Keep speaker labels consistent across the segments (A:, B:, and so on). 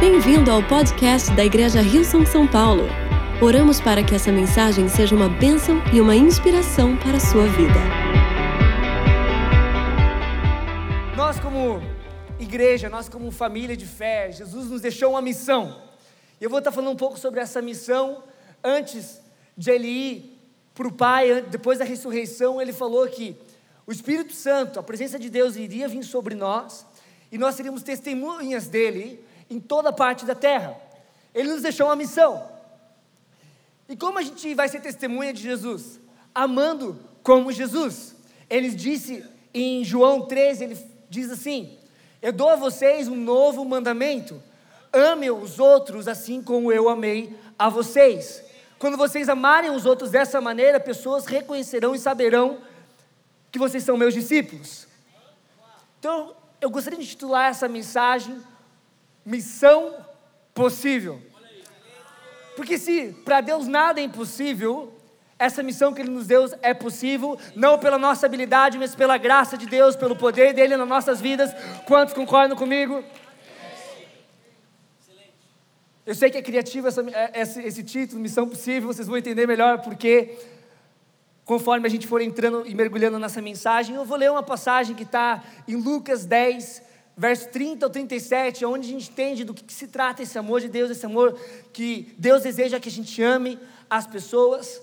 A: Bem-vindo ao podcast da Igreja Hillsong São Paulo. Oramos para que essa mensagem seja uma bênção e uma inspiração para a sua vida.
B: Nós como igreja, nós como família de fé, Jesus nos deixou uma missão. E eu vou estar falando um pouco sobre essa missão. Antes de ele ir para o Pai, depois da ressurreição, ele falou que o Espírito Santo, a presença de Deus iria vir sobre nós e nós seríamos testemunhas dele em toda parte da terra. Ele nos deixou uma missão. E como a gente vai ser testemunha de Jesus? Amando como Jesus. Ele disse em João 13, ele diz assim: eu dou a vocês um novo mandamento, amem os outros assim como eu amei a vocês. Quando vocês amarem os outros dessa maneira, pessoas reconhecerão e saberão que vocês são meus discípulos. Então, eu gostaria de titular essa mensagem Missão Possível. Porque se para Deus nada é impossível, essa missão que Ele nos deu é possível, não pela nossa habilidade, mas pela graça de Deus, pelo poder dEle nas nossas vidas. Quantos concordam comigo? Eu sei que é criativo esse título, Missão Possível, vocês vão entender melhor porque, conforme a gente for entrando e mergulhando nessa mensagem, eu vou ler uma passagem que está em Lucas 10, verso 30 ao 37, onde a gente entende do que se trata esse amor de Deus, esse amor que Deus deseja que a gente ame as pessoas.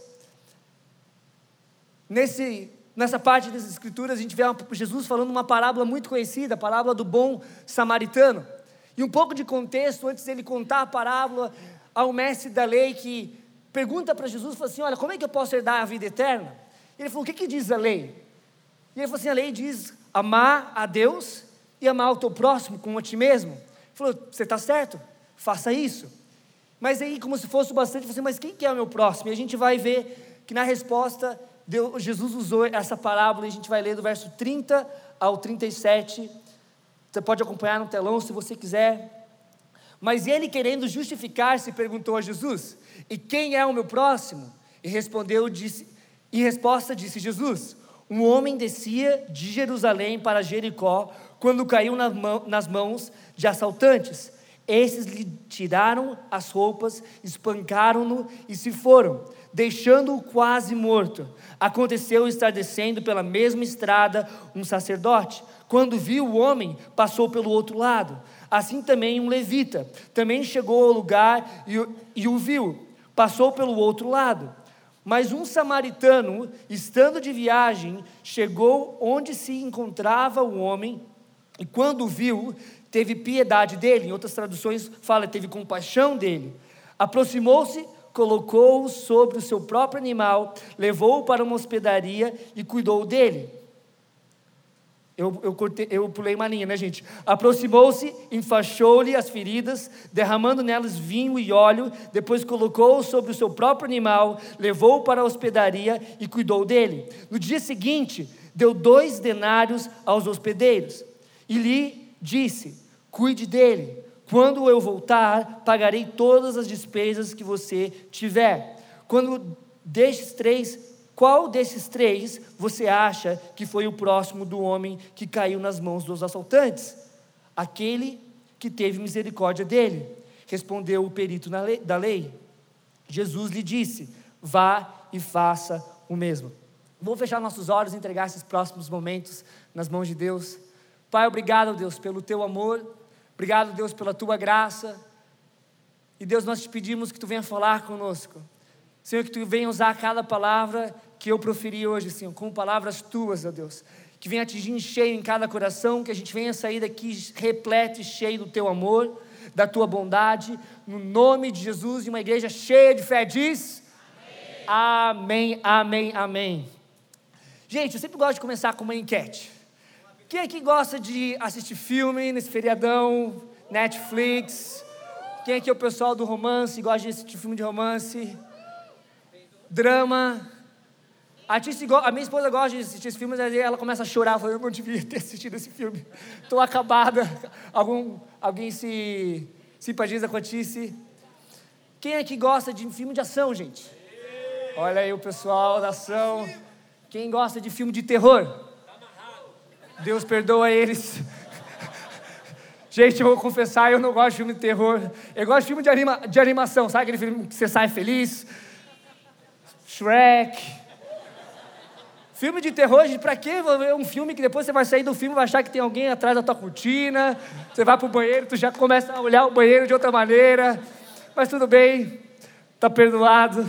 B: Nessa parte das Escrituras, a gente vê Jesus falando uma parábola muito conhecida, a parábola do bom samaritano. E um pouco de contexto, antes dele contar a parábola, há um mestre da lei que pergunta para Jesus, fala assim: olha, como é que eu posso herdar a vida eterna? E ele falou: o que diz a lei? E ele falou assim: a lei diz amar a Deus e amar o teu próximo como a ti mesmo. Ele falou: você está certo, faça isso. Mas aí, como se fosse bastante, ele falou assim: mas quem que é o meu próximo? E a gente vai ver que na resposta, Jesus usou essa parábola, e a gente vai ler do verso 30 ao 37, você pode acompanhar no telão se você quiser. Mas ele, querendo justificar-se, perguntou a Jesus: e quem é o meu próximo? E em resposta disse Jesus: um homem descia de Jerusalém para Jericó, quando caiu nas mãos de assaltantes. Esses lhe tiraram as roupas, espancaram-no e se foram, deixando-o quase morto. Aconteceu estar descendo pela mesma estrada um sacerdote. Quando viu o homem, passou pelo outro lado. Assim também um levita, também chegou ao lugar e o viu, passou pelo outro lado. Mas um samaritano, estando de viagem, chegou onde se encontrava o homem, e quando o viu, teve piedade dele. Em outras traduções fala, teve compaixão dele. Aproximou-se, colocou-o sobre o seu próprio animal, levou-o para uma hospedaria e cuidou dele. Eu pulei uma linha, né, gente? Aproximou-se, enfaixou-lhe as feridas, derramando nelas vinho e óleo, depois colocou-o sobre o seu próprio animal, levou-o para a hospedaria e cuidou dele. No dia seguinte, deu 2 denários aos hospedeiros e lhe disse: cuide dele, quando eu voltar, pagarei todas as despesas que você tiver. Qual desses 3 você acha que foi o próximo do homem que caiu nas mãos dos assaltantes? Aquele que teve misericórdia dele, respondeu o perito da lei. Jesus lhe disse: vá e faça o mesmo. Vamos fechar nossos olhos e entregar esses próximos momentos nas mãos de Deus. Pai, obrigado, Deus, pelo teu amor, obrigado, Deus, pela tua graça. E Deus, nós te pedimos que tu venha falar conosco. Senhor, que tu venha usar cada palavra que eu proferi hoje, Senhor, como palavras tuas, ó Deus, que venha atingir em cheio em cada coração, que a gente venha sair daqui repleto e cheio do teu amor, da tua bondade, no nome de Jesus, e uma igreja cheia de fé diz: amém, amém, amém. Gente, eu sempre gosto de começar com uma enquete. Quem aqui gosta de assistir filme nesse feriadão, Netflix? Quem aqui é o pessoal do romance, gosta de assistir filme de romance? Drama? A minha esposa gosta de assistir esse filme, mas aí ela começa a chorar, fala: eu não devia ter assistido esse filme, estou acabada. Alguém se simpatiza com a Tice? Quem aqui gosta de filme de ação, gente? Olha aí o pessoal da ação. Quem gosta de filme de terror? Deus perdoa eles. Gente, eu vou confessar, eu não gosto de filme de terror. Eu gosto de filme de animação, sabe aquele filme que você sai feliz? Shrek. Filme de terror, gente, pra quê? Vou ver um filme que depois você vai sair do filme e vai achar que tem alguém atrás da tua cortina. Você vai pro banheiro, tu já começa a olhar o banheiro de outra maneira. Mas tudo bem, tá perdoado.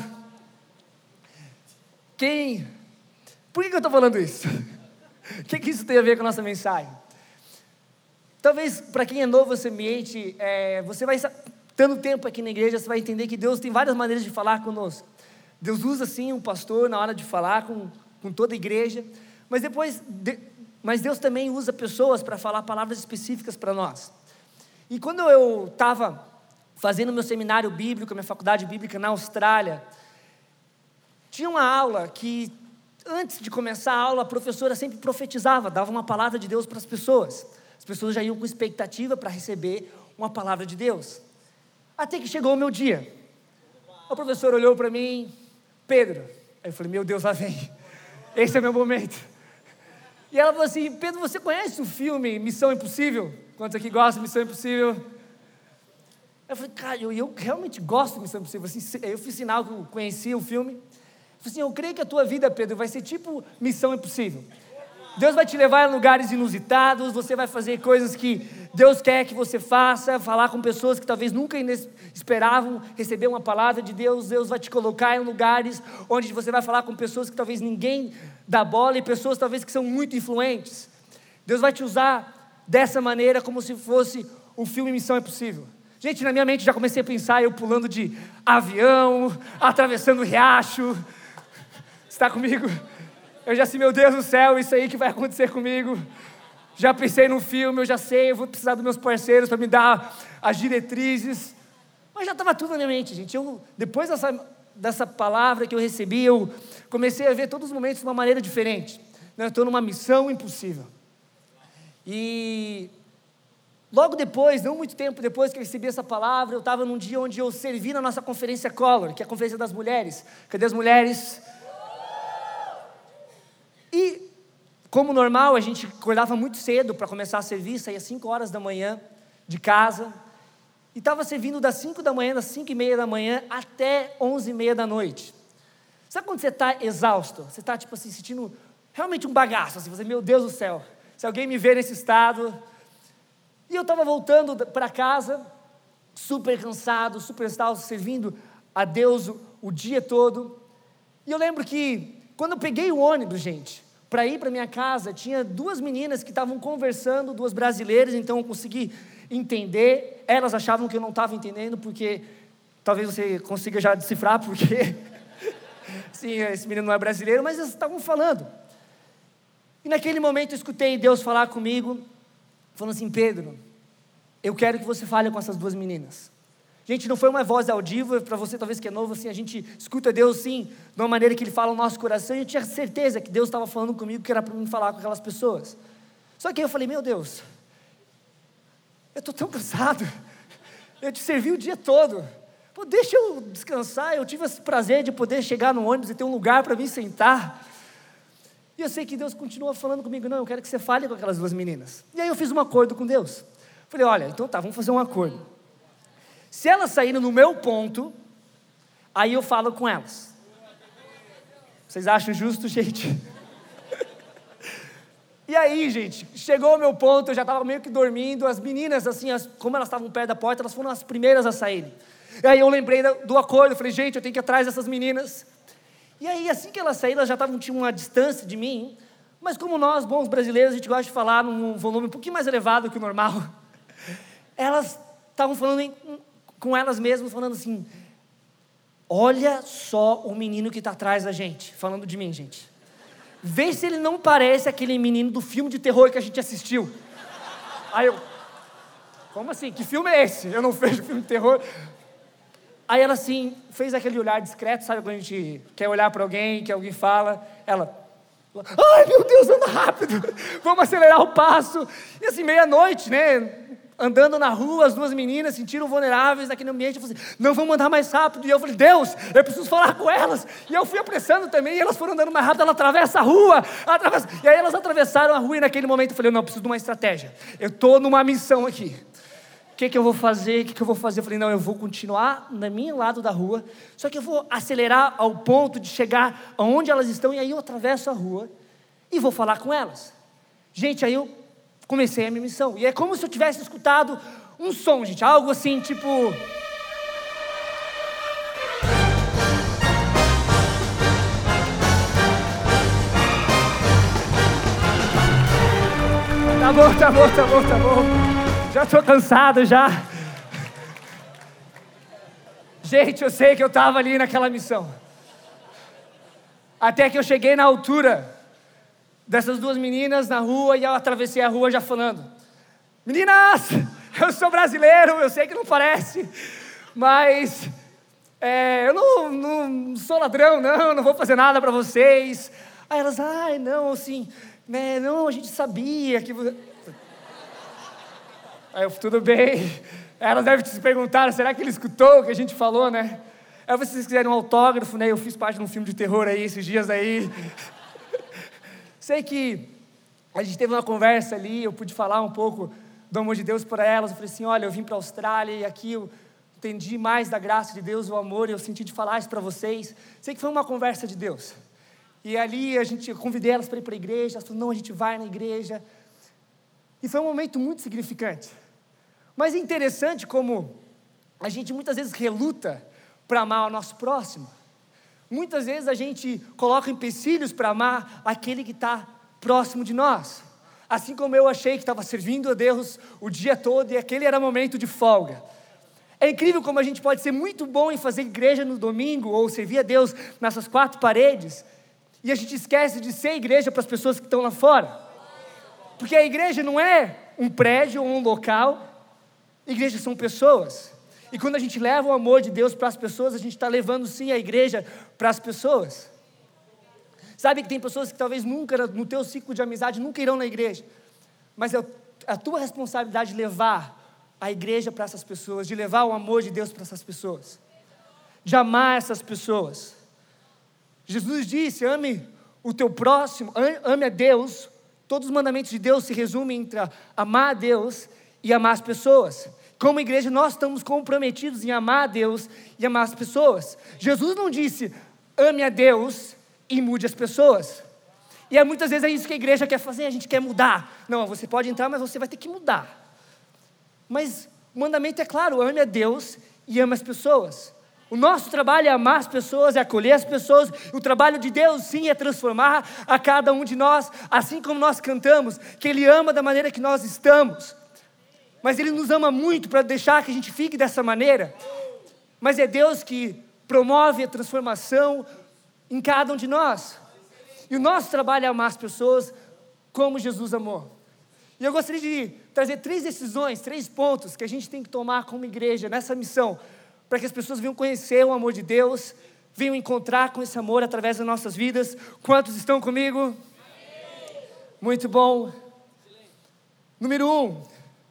B: Por que eu tô falando isso? O que isso tem a ver com a nossa mensagem? Talvez, para quem é novo nesse ambiente, você vai estando tempo aqui na igreja, você vai entender que Deus tem várias maneiras de falar conosco. Deus usa, sim, um pastor na hora de falar com toda a igreja, mas Deus também usa pessoas para falar palavras específicas para nós. E quando eu estava fazendo meu seminário bíblico, minha faculdade bíblica na Austrália, tinha uma aula que, antes de começar a aula, a professora sempre profetizava, dava uma palavra de Deus para as pessoas. As pessoas já iam com expectativa para receber uma palavra de Deus. Até que chegou o meu dia. O professor olhou para mim, Pedro. Aí eu falei, meu Deus, lá vem. Esse é o meu momento. E ela falou assim, Pedro, você conhece o filme Missão Impossível? Quantos aqui gostam de Missão Impossível? Eu falei, cara, eu realmente gosto de Missão Impossível. Assim, eu fiz sinal que eu conhecia o filme. Eu falei assim, eu creio que a tua vida, Pedro, vai ser tipo Missão Impossível. Deus vai te levar em lugares inusitados, você vai fazer coisas que Deus quer que você faça, falar com pessoas que talvez nunca esperavam receber uma palavra de Deus. Deus vai te colocar em lugares onde você vai falar com pessoas que talvez ninguém dá bola e pessoas talvez que são muito influentes. Deus vai te usar dessa maneira como se fosse o filme Missão Impossível. Gente, na minha mente já comecei a pensar, eu pulando de avião, atravessando o riacho. Está comigo? Eu já sei, meu Deus do céu, isso aí que vai acontecer comigo. Já pensei no filme, eu já sei, eu vou precisar dos meus parceiros para me dar as diretrizes. Mas já estava tudo na minha mente, gente. Depois dessa palavra que eu recebi, eu comecei a ver todos os momentos de uma maneira diferente. Eu estou numa missão impossível. E logo depois, não muito tempo depois que eu recebi essa palavra, eu estava num dia onde eu servi na nossa conferência Color, que é a conferência das mulheres. Cadê as mulheres? E, como normal, a gente acordava muito cedo para começar a servir, saía às 5 horas da manhã de casa, e estava servindo das 5 da manhã, das 5:30 da manhã, até 11:30 da noite. Sabe quando você está exausto? Você está, tipo assim, sentindo realmente um bagaço, assim, você, meu Deus do céu, se alguém me vê nesse estado. E eu estava voltando para casa, super cansado, super exausto, servindo a Deus o dia todo. E eu lembro que, quando eu peguei o ônibus, gente, para ir para minha casa, tinha 2 meninas que estavam conversando, 2 brasileiras, então eu consegui entender. Elas achavam que eu não estava entendendo, porque talvez você consiga já decifrar, porque sim, esse menino não é brasileiro, mas elas estavam falando. E naquele momento eu escutei Deus falar comigo, falando assim, Pedro, eu quero que você fale com essas 2 meninas. Gente, não foi uma voz audível, para você talvez que é novo, assim, a gente escuta Deus, sim, de uma maneira que Ele fala no nosso coração, e eu tinha certeza que Deus estava falando comigo, que era para mim falar com aquelas pessoas. Só que aí eu falei, meu Deus, eu estou tão cansado, eu te servi o dia todo, pô, deixa eu descansar. Eu tive esse prazer de poder chegar no ônibus e ter um lugar para mim sentar, e eu sei que Deus continua falando comigo, não, eu quero que você fale com aquelas 2 meninas. E aí eu fiz um acordo com Deus, falei, olha, então tá, vamos fazer um acordo. Se elas saírem no meu ponto, aí eu falo com elas. Vocês acham justo, gente? E aí, gente, chegou o meu ponto, eu já estava meio que dormindo, as meninas, assim, como elas estavam perto da porta, elas foram as primeiras a saírem. E aí eu lembrei do acordo, eu falei, gente, eu tenho que ir atrás dessas meninas. E aí, assim que elas saíram, elas já tinham uma distância de mim, mas como nós, bons brasileiros, a gente gosta de falar num volume um pouquinho mais elevado que o normal, elas estavam falando com elas mesmas, falando assim, olha só o menino que está atrás da gente, falando de mim, gente. Vê se ele não parece aquele menino do filme de terror que a gente assistiu. Aí eu, como assim? Que filme é esse? Eu não vejo filme de terror. Aí ela assim, fez aquele olhar discreto, sabe quando a gente quer olhar para alguém, que alguém fala, ela, ai meu Deus, anda rápido, vamos acelerar o passo. E assim, meia-noite, né, andando na rua, as 2 meninas se sentiram vulneráveis naquele ambiente. Eu falei assim, não, vamos andar mais rápido. E eu falei, Deus, eu preciso falar com elas. E eu fui apressando também, e elas foram andando mais rápido. Ela atravessa a rua, e aí elas atravessaram a rua, e naquele momento eu falei, não, eu preciso de uma estratégia. Eu estou numa missão aqui. que eu vou fazer? Eu falei, não, eu vou continuar no meu lado da rua, só que eu vou acelerar ao ponto de chegar aonde elas estão, e aí eu atravesso a rua e vou falar com elas. Gente, aí eu comecei a minha missão, e é como se eu tivesse escutado um som, gente, algo assim, tipo... Tá bom. Já estou cansado, já. Gente, eu sei que eu estava ali naquela missão. Até que eu cheguei na altura dessas duas meninas na rua e eu atravessei a rua já falando: meninas, eu sou brasileiro, eu sei que não parece, mas eu não sou ladrão, não vou fazer nada para vocês. Aí elas, não, assim, não, a gente sabia que... Aí eu, tudo bem. Elas devem se perguntar, será que ele escutou o que a gente falou, né? Aí vocês quiserem um autógrafo, né? Eu fiz parte de um filme de terror aí, esses dias aí. Sei que a gente teve uma conversa ali, eu pude falar um pouco do amor de Deus para elas. Eu falei assim, olha, eu vim para a Austrália e aqui eu entendi mais da graça de Deus, o amor, e eu senti de falar isso para vocês. Sei que foi uma conversa de Deus. E ali eu convidei elas para ir para a igreja, elas falaram, não, a gente vai na igreja. E foi um momento muito significante. Mas é interessante como a gente muitas vezes reluta para amar o nosso próximo. Muitas vezes a gente coloca empecilhos para amar aquele que está próximo de nós. Assim como eu achei que estava servindo a Deus o dia todo e aquele era momento de folga. É incrível como a gente pode ser muito bom em fazer igreja no domingo ou servir a Deus nessas quatro paredes e a gente esquece de ser igreja para as pessoas que estão lá fora. Porque a igreja não é um prédio ou um local, igrejas são pessoas. E quando a gente leva o amor de Deus para as pessoas, a gente está levando sim a igreja para as pessoas. Sabe que tem pessoas que talvez nunca, no teu ciclo de amizade, nunca irão na igreja. Mas é a tua responsabilidade de levar a igreja para essas pessoas, de levar o amor de Deus para essas pessoas, de amar essas pessoas. Jesus disse, ame o teu próximo, ame a Deus. Todos os mandamentos de Deus se resumem entre amar a Deus e amar as pessoas. Como igreja, nós estamos comprometidos em amar a Deus e amar as pessoas. Jesus não disse, ame a Deus e mude as pessoas. E muitas vezes é isso que a igreja quer fazer, a gente quer mudar. Não, você pode entrar, mas você vai ter que mudar. Mas o mandamento é claro, ame a Deus e ame as pessoas. O nosso trabalho é amar as pessoas, é acolher as pessoas. O trabalho de Deus, sim, é transformar a cada um de nós, assim como nós cantamos, que Ele ama da maneira que nós estamos. Mas Ele nos ama muito para deixar que a gente fique dessa maneira. Mas é Deus que promove a transformação em cada um de nós. E o nosso trabalho é amar as pessoas como Jesus amou. E eu gostaria de trazer 3 decisões, 3 pontos que a gente tem que tomar como igreja nessa missão, para que as pessoas venham conhecer o amor de Deus, venham encontrar com esse amor através das nossas vidas. Quantos estão comigo? Amém. Muito bom. Número 1,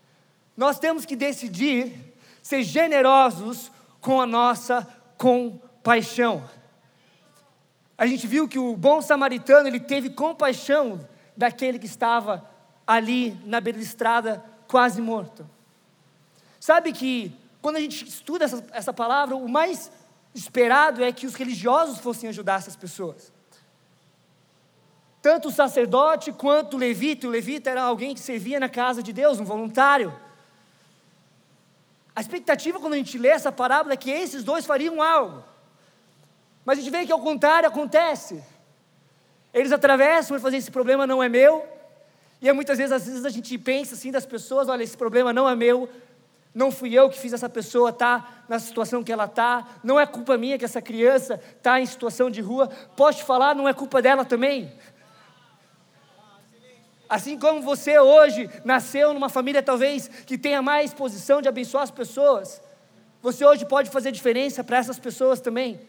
B: nós temos que decidir ser generosos com a nossa compaixão. A gente viu que o bom samaritano, ele teve compaixão daquele que estava ali na beira da estrada, quase morto. Sabe que quando a gente estuda essa palavra, o mais esperado é que os religiosos fossem ajudar essas pessoas. Tanto o sacerdote quanto o levita era alguém que servia na casa de Deus, um voluntário. A expectativa quando a gente lê essa parábola é que esses dois fariam algo. Mas a gente vê que ao contrário acontece. Eles atravessam e fazem, esse problema não é meu. E muitas vezes, às vezes a gente pensa assim das pessoas, olha, esse problema não é meu. Não fui eu que fiz essa pessoa estar na situação que ela está. Não é culpa minha que essa criança está em situação de rua. Posso te falar, não é culpa dela também. Assim como você hoje nasceu numa família talvez que tenha mais posição de abençoar as pessoas, você hoje pode fazer diferença para essas pessoas também.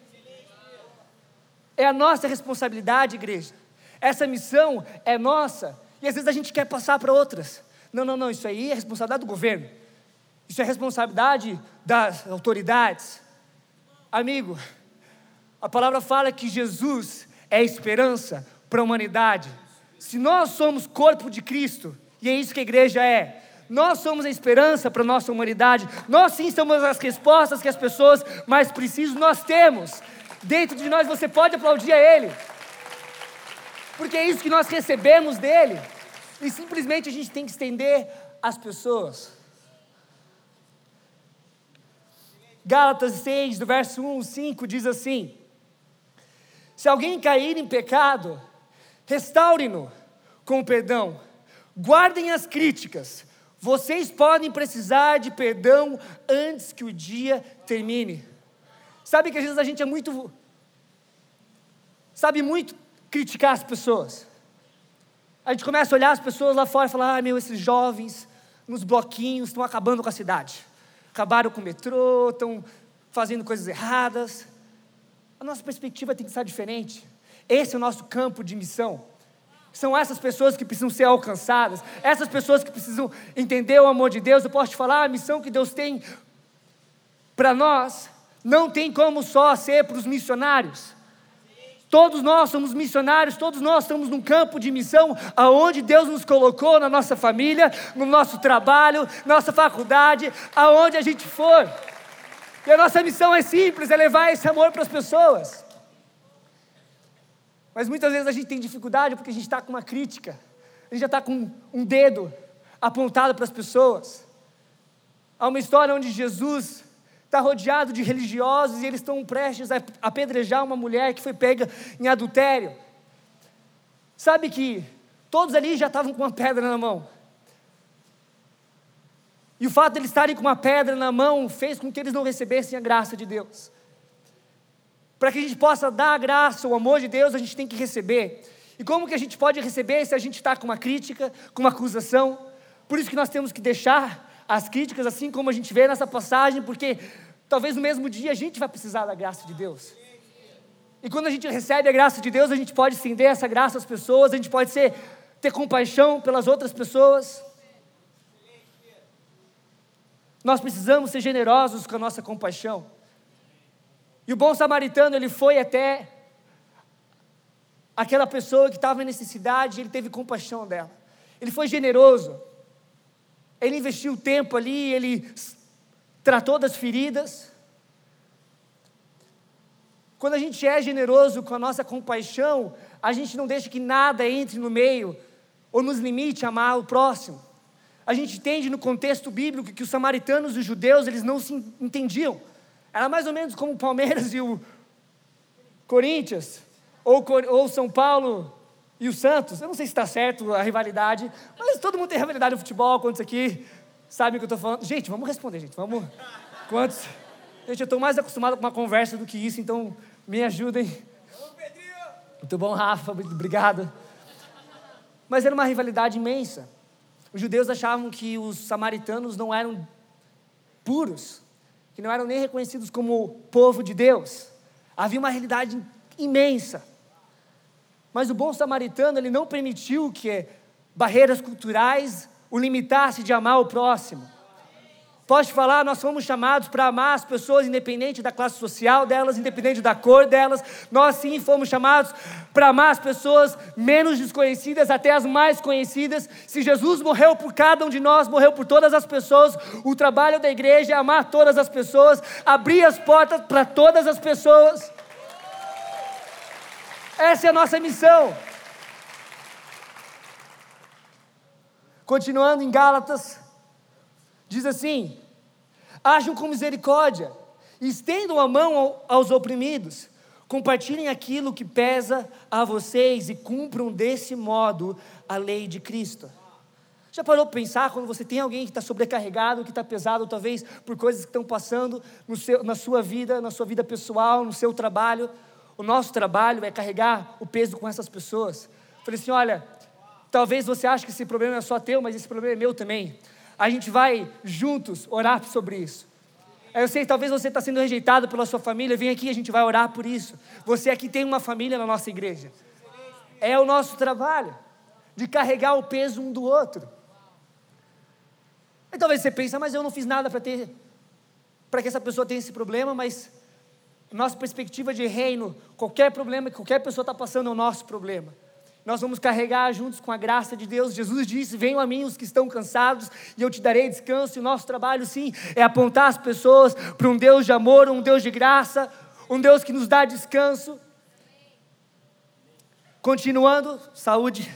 B: É a nossa responsabilidade, igreja. Essa missão é nossa. E às vezes a gente quer passar para outras. Não, isso aí é responsabilidade do governo. Isso é responsabilidade das autoridades. Amigo, a palavra fala que Jesus é a esperança para a humanidade. Se nós somos corpo de Cristo, e é isso que a igreja é, Nós somos a esperança para a nossa humanidade. Nós sim somos as respostas que as pessoas mais precisam. Nós temos. Dentro de nós você pode aplaudir a Ele. Porque é isso que nós recebemos dEle. E simplesmente a gente tem que estender às pessoas. Gálatas 6, do verso 1 ao 5, diz assim: se alguém cair em pecado, restaure-no com perdão. Guardem as críticas. Vocês podem precisar de perdão antes que o dia termine. Sabe que às vezes a gente sabe muito criticar as pessoas. A gente começa a olhar as pessoas lá fora e falar: esses jovens nos bloquinhos estão acabando com a cidade. Acabaram com o metrô, estão fazendo coisas erradas. A nossa perspectiva tem que estar diferente. Esse é o nosso campo de missão. São essas pessoas que precisam ser alcançadas, essas pessoas que precisam entender o amor de Deus. Eu posso te falar, a missão que Deus tem para nós, não tem como só ser para os missionários. Todos nós somos missionários, todos nós estamos num campo de missão, aonde Deus nos colocou, na nossa família, no nosso trabalho, nossa faculdade, aonde a gente for. E a nossa missão é simples, é levar esse amor para as pessoas. Mas muitas vezes a gente tem dificuldade porque a gente está com uma crítica, a gente já está com um dedo apontado para as pessoas. Há uma história onde Jesus está rodeado de religiosos e eles estão prestes a apedrejar uma mulher que foi pega em adultério. Sabe que todos ali já estavam com uma pedra na mão. E o fato de eles estarem com uma pedra na mão fez com que eles não recebessem a graça de Deus. Para que a gente possa dar a graça, o amor de Deus, a gente tem que receber. E como que a gente pode receber se a gente está com uma crítica, com uma acusação? Por isso que nós temos que deixar as críticas, assim como a gente vê nessa passagem, porque talvez no mesmo dia a gente vai precisar da graça de Deus. E quando a gente recebe a graça de Deus, a gente pode estender essa graça às pessoas, a gente pode ter compaixão pelas outras pessoas. Nós precisamos ser generosos com a nossa compaixão. E o bom samaritano, ele foi até aquela pessoa que estava em necessidade, ele teve compaixão dela. Ele foi generoso. Ele investiu tempo ali, ele tratou das feridas. Quando a gente é generoso com a nossa compaixão, a gente não deixa que nada entre no meio ou nos limite a amar o próximo. A gente entende no contexto bíblico que os samaritanos e os judeus, eles não se entendiam. Era mais ou menos como o Palmeiras e o Corinthians, ou São Paulo e o Santos. Eu não sei se está certo a rivalidade, mas todo mundo tem rivalidade no futebol. Quantos aqui sabem o que eu estou falando? Gente, vamos responder, gente. Vamos. Quantos? Gente, eu estou mais acostumado com uma conversa do que isso, então me ajudem. Muito bom, Rafa, obrigado. Mas era uma rivalidade imensa. Os judeus achavam que os samaritanos não eram puros, que não eram nem reconhecidos como povo de Deus. Havia uma realidade imensa. Mas o bom samaritano, ele não permitiu que barreiras culturais o limitassem de amar o próximo. Posso te falar, nós fomos chamados para amar as pessoas independente da classe social delas, independente da cor delas. Nós sim fomos chamados para amar as pessoas menos desconhecidas até as mais conhecidas. Se Jesus morreu por cada um de nós, morreu por todas as pessoas, o trabalho da igreja é amar todas as pessoas, abrir as portas para todas as pessoas. Essa é a nossa missão. Continuando em Gálatas, diz assim: ajam com misericórdia, estendam a mão aos oprimidos, compartilhem aquilo que pesa a vocês e cumpram desse modo a lei de Cristo. Já parou para pensar quando você tem alguém que está sobrecarregado, que está pesado talvez por coisas que estão passando na sua vida pessoal, no seu trabalho? O nosso trabalho é carregar o peso com essas pessoas. Falei assim, olha, talvez você ache que esse problema é só teu, mas esse problema é meu também. A gente vai juntos orar sobre isso. Eu sei, talvez você está sendo rejeitado pela sua família, vem aqui, a gente vai orar por isso. Você aqui tem uma família na nossa igreja. É o nosso trabalho, de carregar o peso um do outro. E talvez você pense, mas eu não fiz nada para que essa pessoa tenha esse problema, mas nossa perspectiva de reino, qualquer problema que qualquer pessoa está passando é o nosso problema. Nós vamos carregar juntos com a graça de Deus. Jesus disse: venham a mim os que estão cansados e eu te darei descanso. E o nosso trabalho, sim, é apontar as pessoas para um Deus de amor, um Deus de graça, um Deus que nos dá descanso. Continuando, saúde.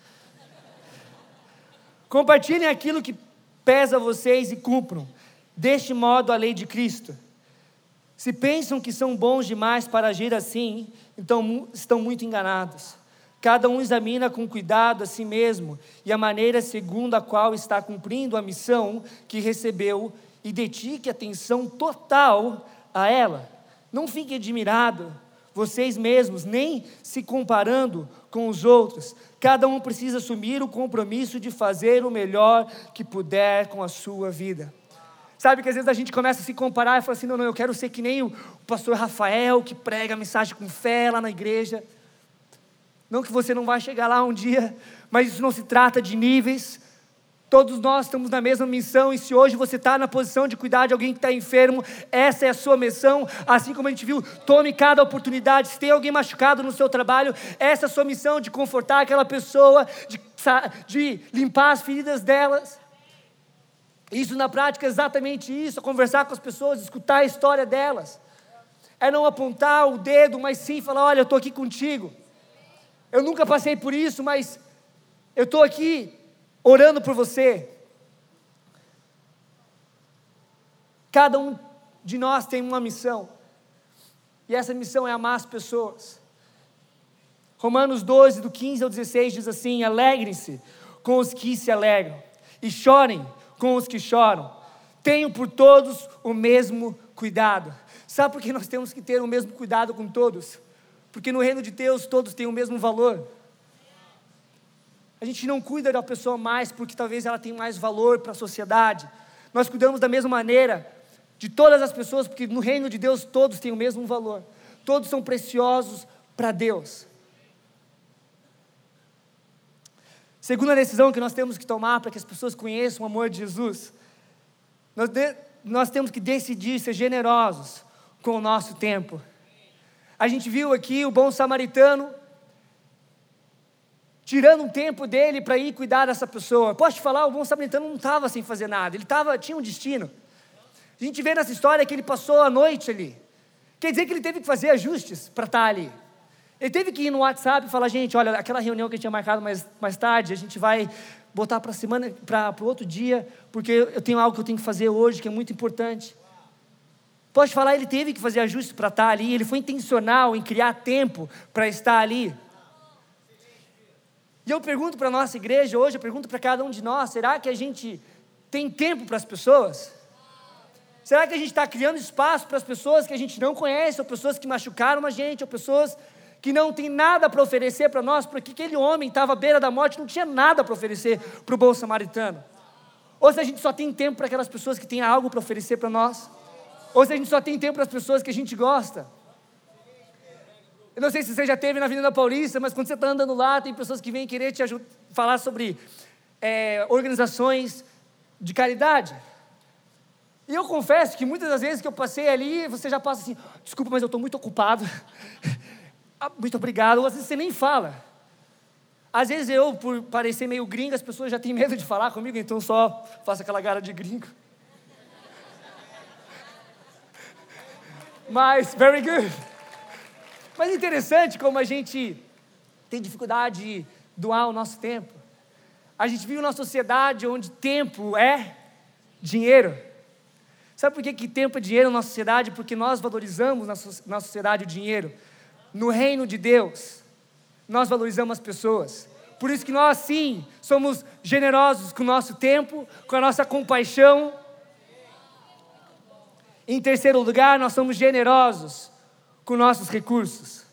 B: Compartilhem aquilo que pesa a vocês e cumpram deste modo a lei de Cristo. Se pensam que são bons demais para agir assim, então estão muito enganados. Cada um examina com cuidado a si mesmo e a maneira segundo a qual está cumprindo a missão que recebeu, e dedique atenção total a ela. Não fiquem admirados vocês mesmos, nem se comparando com os outros. Cada um precisa assumir o compromisso de fazer o melhor que puder com a sua vida. Sabe que às vezes a gente começa a se comparar e fala assim: não, eu quero ser que nem o pastor Rafael, que prega a mensagem com fé lá na igreja. Não que você não vai chegar lá um dia, mas isso não se trata de níveis. Todos nós estamos na mesma missão, e se hoje você está na posição de cuidar de alguém que está enfermo, essa é a sua missão. Assim como a gente viu, tome cada oportunidade. Se tem alguém machucado no seu trabalho, essa é a sua missão, de confortar aquela pessoa, de limpar as feridas delas. Isso na prática é exatamente isso: é conversar com as pessoas, escutar a história delas. É não apontar o dedo, mas sim falar: olha, eu estou aqui contigo. Eu nunca passei por isso, mas eu estou aqui orando por você. Cada um de nós tem uma missão, e essa missão é amar as pessoas. Romanos 12, do 15 ao 16 diz assim: alegrem-se com os que se alegram, e chorem com os que choram. Tenham por todos o mesmo cuidado. Sabe por que nós temos que ter o mesmo cuidado com todos? Porque no reino de Deus todos têm o mesmo valor. A gente não cuida da pessoa mais porque talvez ela tenha mais valor para a sociedade. Nós cuidamos da mesma maneira de todas as pessoas, porque no reino de Deus todos têm o mesmo valor. Todos são preciosos para Deus. Segunda decisão que nós temos que tomar para que as pessoas conheçam o amor de Jesus: nós temos que decidir ser generosos com o nosso tempo. A gente viu aqui o bom samaritano tirando um tempo dele para ir cuidar dessa pessoa. Posso te falar, o bom samaritano não estava sem fazer nada, ele tinha um destino. A gente vê nessa história que ele passou a noite ali. Quer dizer que ele teve que fazer ajustes para estar ali. Ele teve que ir no WhatsApp e falar: gente, olha, aquela reunião que eu tinha marcado mais tarde, a gente vai botar para a semana, para o outro dia, porque eu tenho algo que eu tenho que fazer hoje, que é muito importante. Pode falar, ele teve que fazer ajustes para estar ali, ele foi intencional em criar tempo para estar ali. E eu pergunto para a nossa igreja hoje, eu pergunto para cada um de nós: será que a gente tem tempo para as pessoas? Será que a gente está criando espaço para as pessoas que a gente não conhece, ou pessoas que machucaram a gente, ou pessoas que não tem nada para oferecer para nós? Porque aquele homem estava à beira da morte, não tinha nada para oferecer para o bom samaritano. Ou se a gente só tem tempo para aquelas pessoas que têm algo para oferecer para nós, ou se a gente só tem tempo para as pessoas que a gente gosta. Eu não sei se você já esteve na Avenida Paulista, mas quando você está andando lá, tem pessoas que vêm querer te falar sobre organizações de caridade. E eu confesso que muitas das vezes que eu passei ali, você já passa assim: desculpa, mas eu estou muito ocupado. Muito obrigado. Ou às vezes você nem fala. Às vezes eu, por parecer meio gringo, as pessoas já têm medo de falar comigo, então só faço aquela cara de gringo. Mas, very good. Mas é interessante como a gente tem dificuldade de doar o nosso tempo. A gente vive numa sociedade onde tempo é dinheiro. Sabe por que tempo é dinheiro na nossa sociedade? Porque nós valorizamos na sociedade o dinheiro. No reino de Deus, nós valorizamos as pessoas. Por isso que nós, sim, somos generosos com o nosso tempo, com a nossa compaixão. Em terceiro lugar, nós somos generosos com nossos recursos.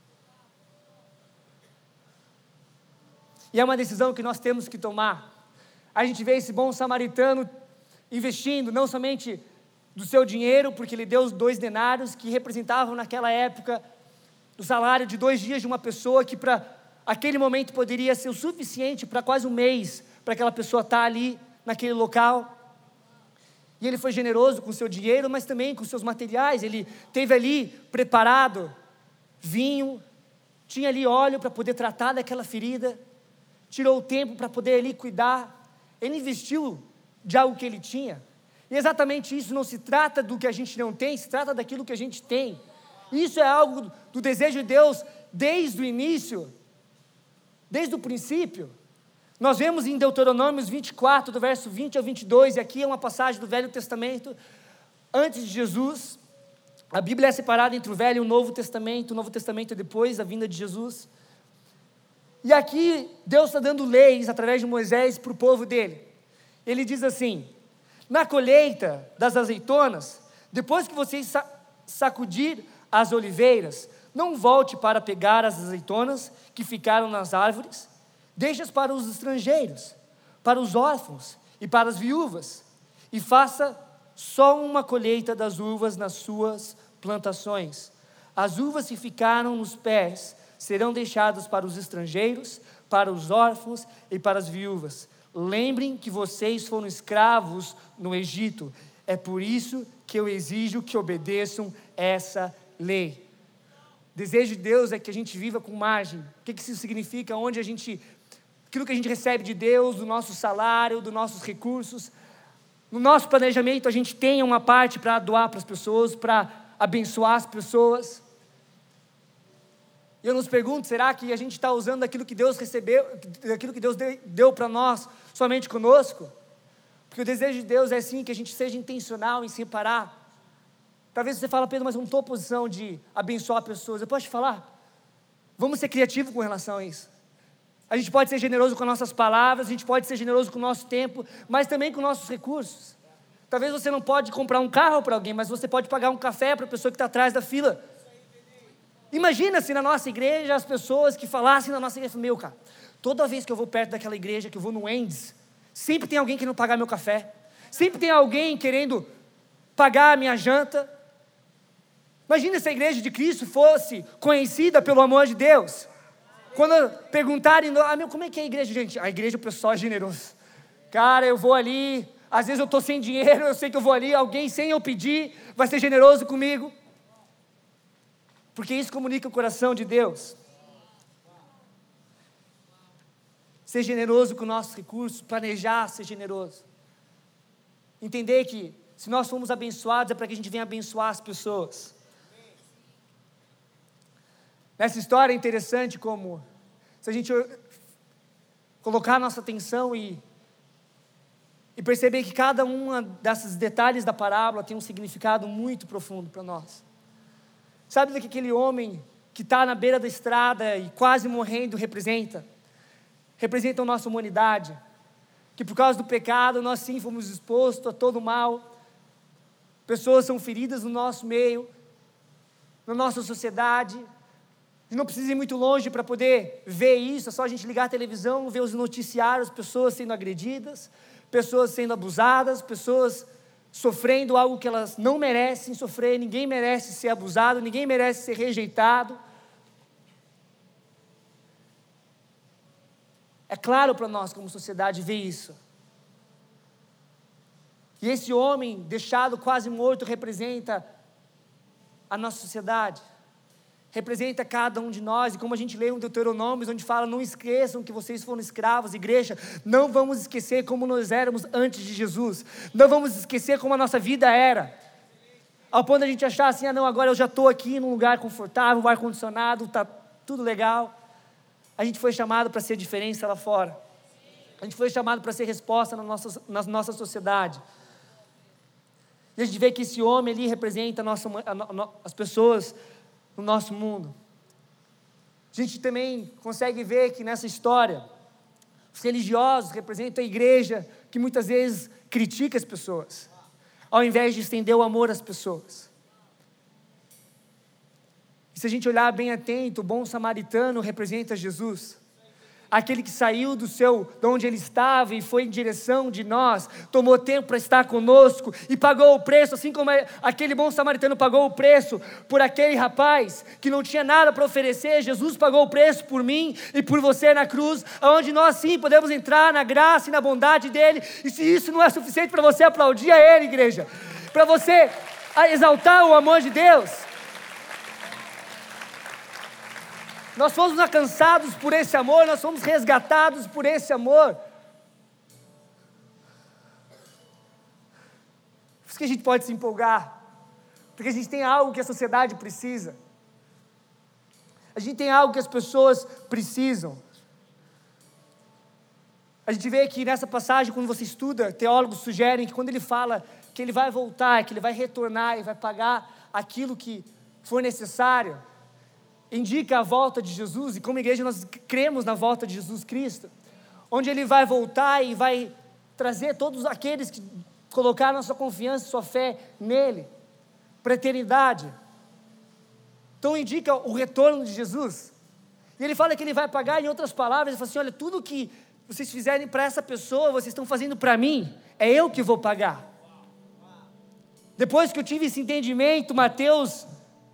B: E é uma decisão que nós temos que tomar. A gente vê esse bom samaritano investindo não somente do seu dinheiro, porque ele deu os 2 denários, que representavam naquela época o salário de 2 dias de uma pessoa, que para aquele momento poderia ser o suficiente para quase um mês, para aquela pessoa estar ali naquele local. E ele foi generoso com o seu dinheiro, mas também com os seus materiais. Ele teve ali preparado vinho, tinha ali óleo para poder tratar daquela ferida, tirou o tempo para poder ali cuidar, ele investiu de algo que ele tinha. E exatamente isso, não se trata do que a gente não tem, se trata daquilo que a gente tem. Isso é algo do desejo de Deus desde o início, desde o princípio. Nós vemos em Deuteronômios 24, do verso 20 ao 22, e aqui é uma passagem do Velho Testamento, antes de Jesus. A Bíblia é separada entre o Velho e o Novo Testamento é depois da vinda de Jesus. E aqui Deus está dando leis através de Moisés para o povo dele. Ele diz assim: na colheita das azeitonas, depois que vocês sacudir as oliveiras, não volte para pegar as azeitonas que ficaram nas árvores, deixe-as para os estrangeiros, para os órfãos e para as viúvas, e faça só uma colheita das uvas nas suas plantações. As uvas que ficaram nos pés serão deixadas para os estrangeiros, para os órfãos e para as viúvas. Lembrem que vocês foram escravos no Egito, é por isso que eu exijo que obedeçam essa lei. O desejo de Deus é que a gente viva com margem. O que isso significa? Aquilo que a gente recebe de Deus, do nosso salário, dos nossos recursos, no nosso planejamento a gente tenha uma parte para doar para as pessoas, para abençoar as pessoas. E eu nos pergunto, será que a gente está usando aquilo que Deus recebeu, aquilo que Deus deu para nós, somente conosco? Porque o desejo de Deus é sim que a gente seja intencional em separar. Talvez você fale, Pedro, mas eu não estou em posição de abençoar pessoas. Eu posso te falar? Vamos ser criativos com relação a isso. A gente pode ser generoso com nossas palavras, a gente pode ser generoso com o nosso tempo, mas também com nossos recursos. Talvez você não pode comprar um carro para alguém, mas você pode pagar um café para a pessoa que está atrás da fila. Imagina se na nossa igreja as pessoas que falassem na nossa igreja, meu cara, toda vez que eu vou perto daquela igreja, que eu vou no Wendy's, sempre tem alguém querendo pagar meu café, sempre tem alguém querendo pagar a minha janta. Imagina se a igreja de Cristo fosse conhecida pelo amor de Deus. Quando perguntarem, como é que é a igreja? Gente, a igreja o pessoal é generoso. Cara, eu vou ali, às vezes eu estou sem dinheiro, eu sei que eu vou ali, alguém sem eu pedir, vai ser generoso comigo. Porque isso comunica o coração de Deus. Ser generoso com nossos recursos, planejar ser generoso. Entender que se nós formos abençoados é para que a gente venha abençoar as pessoas. Nessa história é interessante como, se a gente colocar a nossa atenção e perceber que cada um desses detalhes da parábola tem um significado muito profundo para nós. Sabe do que aquele homem que está na beira da estrada e quase morrendo representa? Representa a nossa humanidade, que por causa do pecado nós sim fomos expostos a todo o mal, pessoas são feridas no nosso meio, na nossa sociedade. A gente não precisa ir muito longe para poder ver isso, é só a gente ligar a televisão, ver os noticiários, pessoas sendo agredidas, pessoas sendo abusadas, pessoas sofrendo algo que elas não merecem sofrer. Ninguém merece ser abusado, ninguém merece ser rejeitado. É claro para nós como sociedade ver isso. E esse homem deixado quase morto representa a nossa sociedade, representa cada um de nós. E como a gente lê um Deuteronômio, onde fala, não esqueçam que vocês foram escravos. Igreja, não vamos esquecer como nós éramos antes de Jesus, não vamos esquecer como a nossa vida era, ao ponto de a gente achar assim, não, agora eu já estou aqui num lugar confortável, o ar-condicionado, está tudo legal. A gente foi chamado para ser diferença lá fora, a gente foi chamado para ser resposta na nossa sociedade. E a gente vê que esse homem ali representa as pessoas no nosso mundo. A gente também consegue ver que nessa história, os religiosos representam a igreja que muitas vezes critica as pessoas, ao invés de estender o amor às pessoas. E se a gente olhar bem atento, o bom samaritano representa Jesus, aquele que saiu de onde ele estava e foi em direção de nós, tomou tempo para estar conosco e pagou o preço, assim como aquele bom samaritano pagou o preço por aquele rapaz que não tinha nada para oferecer. Jesus pagou o preço por mim e por você na cruz, onde nós sim podemos entrar na graça e na bondade dele. E se isso não é suficiente para você aplaudir a ele, igreja, para você exaltar o amor de Deus, Nós fomos alcançados por esse amor, nós fomos resgatados por esse amor. Por isso que a gente pode se empolgar, porque a gente tem algo que a sociedade precisa. A gente tem algo que as pessoas precisam. A gente vê que nessa passagem, quando você estuda, teólogos sugerem que quando ele fala que ele vai voltar, que ele vai retornar e vai pagar aquilo que for necessário, indica a volta de Jesus, e como igreja nós cremos na volta de Jesus Cristo, onde ele vai voltar e vai trazer todos aqueles que colocaram a sua confiança, sua fé nele, para a eternidade. Então indica o retorno de Jesus, e ele fala que ele vai pagar, em outras palavras, ele fala assim, olha, tudo que vocês fizerem para essa pessoa, vocês estão fazendo para mim, é eu que vou pagar. Depois que eu tive esse entendimento, Mateus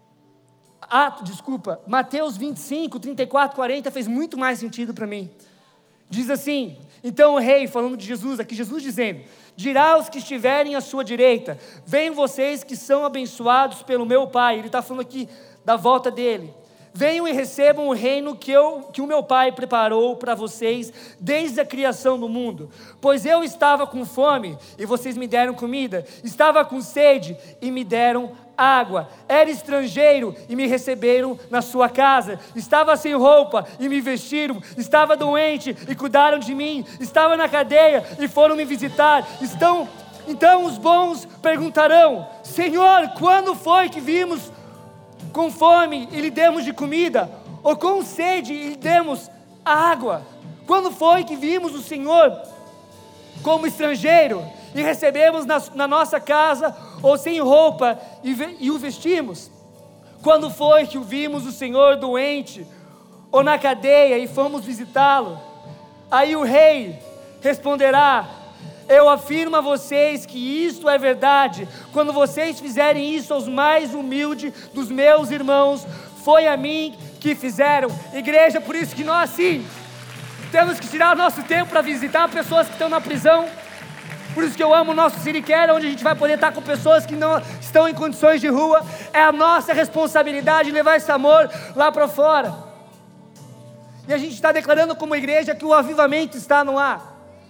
B: 25, 34, 40 fez muito mais sentido para mim. Diz assim, então o rei, falando de Jesus, aqui Jesus dizendo, dirá aos que estiverem à sua direita, venham vocês que são abençoados pelo meu Pai. Ele está falando aqui da volta dele. Venham e recebam o reino que o meu Pai preparou para vocês desde a criação do mundo. Pois eu estava com fome e vocês me deram comida, estava com sede e me deram água, era estrangeiro e me receberam na sua casa, estava sem roupa e me vestiram, estava doente e cuidaram de mim, estava na cadeia e foram me visitar. Então os bons perguntarão, Senhor, quando foi que vimos com fome e lhe demos de comida, ou com sede e lhe demos água? Quando foi que vimos o Senhor como estrangeiro e recebemos na nossa casa, ou sem roupa e o vestimos? Quando foi que o vimos o Senhor doente ou na cadeia e fomos visitá-lo? Aí o rei responderá, eu afirmo a vocês que isto é verdade, quando vocês fizerem isso aos mais humildes dos meus irmãos, foi a mim que fizeram. Igreja, por isso que nós sim, temos que tirar nosso tempo para visitar pessoas que estão na prisão. Por isso que eu amo o nosso Siriquera, onde a gente vai poder estar com pessoas que não estão em condições de rua. É a nossa responsabilidade levar esse amor lá para fora. E a gente está declarando como igreja que o avivamento está no ar.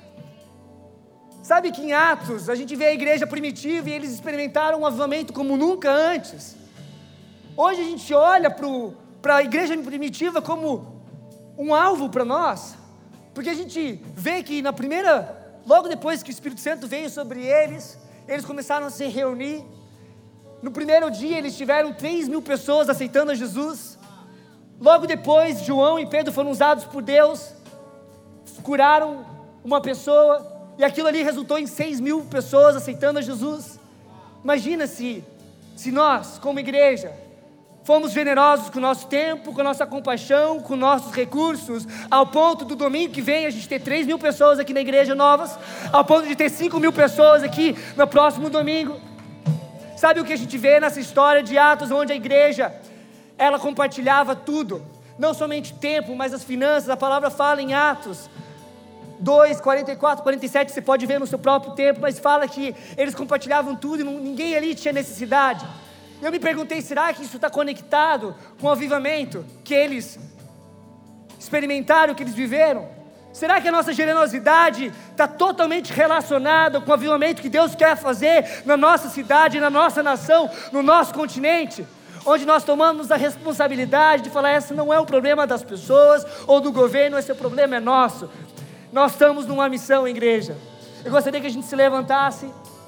B: Sabe que em Atos a gente vê a igreja primitiva e eles experimentaram um avivamento como nunca antes. Hoje a gente olha para a igreja primitiva como um alvo para nós, porque a gente vê que logo depois que o Espírito Santo veio sobre eles começaram a se reunir. No primeiro dia eles tiveram 3.000 pessoas aceitando a Jesus. Logo depois João e Pedro foram usados por Deus, curaram uma pessoa, e aquilo ali resultou em 6.000 pessoas aceitando a Jesus. Imagina se nós, como igreja, fomos generosos com o nosso tempo, com a nossa compaixão, com nossos recursos, ao ponto do domingo que vem a gente ter 3.000 pessoas aqui na igreja novas, ao ponto de ter 5.000 pessoas aqui no próximo domingo. Sabe o que a gente vê nessa história de Atos, onde a igreja, ela compartilhava tudo, não somente tempo, mas as finanças. A palavra fala em Atos 2, 44, 47, você pode ver no seu próprio tempo, mas fala que eles compartilhavam tudo e ninguém ali tinha necessidade. Eu me perguntei, será que isso está conectado com o avivamento que eles experimentaram, que eles viveram? Será que a nossa generosidade está totalmente relacionada com o avivamento que Deus quer fazer na nossa cidade, na nossa nação, no nosso continente? Onde nós tomamos a responsabilidade de falar, esse não é o problema das pessoas ou do governo, esse problema é nosso. Nós estamos numa missão, igreja. Eu gostaria que a gente se levantasse.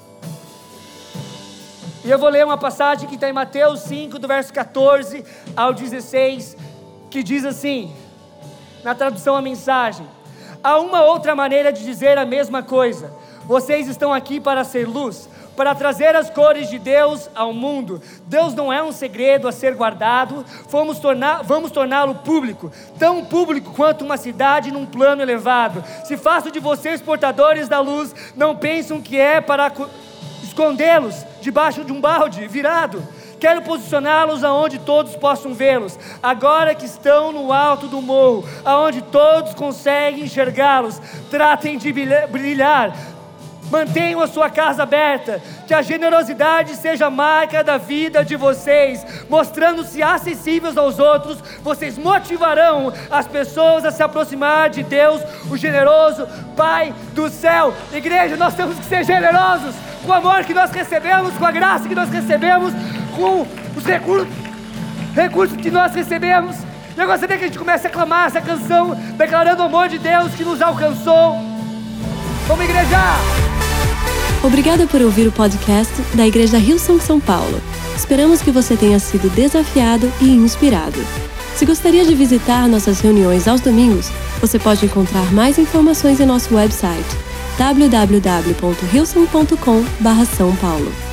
B: E eu vou ler uma passagem que está em Mateus 5, do verso 14 ao 16, que diz assim, na tradução a mensagem: há uma outra maneira de dizer a mesma coisa. Vocês estão aqui para ser luz, para trazer as cores de Deus ao mundo. Deus não é um segredo a ser guardado, vamos torná-lo público, tão público quanto uma cidade num plano elevado. Se faço de vocês portadores da luz, não pensam que é para escondê-los debaixo de um balde virado. Quero posicioná-los aonde todos possam vê-los, agora que estão no alto do morro, aonde todos conseguem enxergá-los. Tratem de brilhar, Mantenham a sua casa aberta, que a generosidade seja a marca da vida de vocês. Mostrando-se acessíveis aos outros, vocês motivarão as pessoas a se aproximar de Deus, o generoso Pai do céu. Igreja, nós temos que ser generosos com o amor que nós recebemos, com a graça que nós recebemos, com os recursos que nós recebemos. E eu gostaria que a gente comece a clamar essa canção, declarando o amor de Deus que nos alcançou. Vamos, igreja!
A: Obrigada por ouvir o podcast da Igreja Hillsong São Paulo. Esperamos que você tenha sido desafiado e inspirado. Se gostaria de visitar nossas reuniões aos domingos, você pode encontrar mais informações em nosso website www.hillsong.com/São Paulo.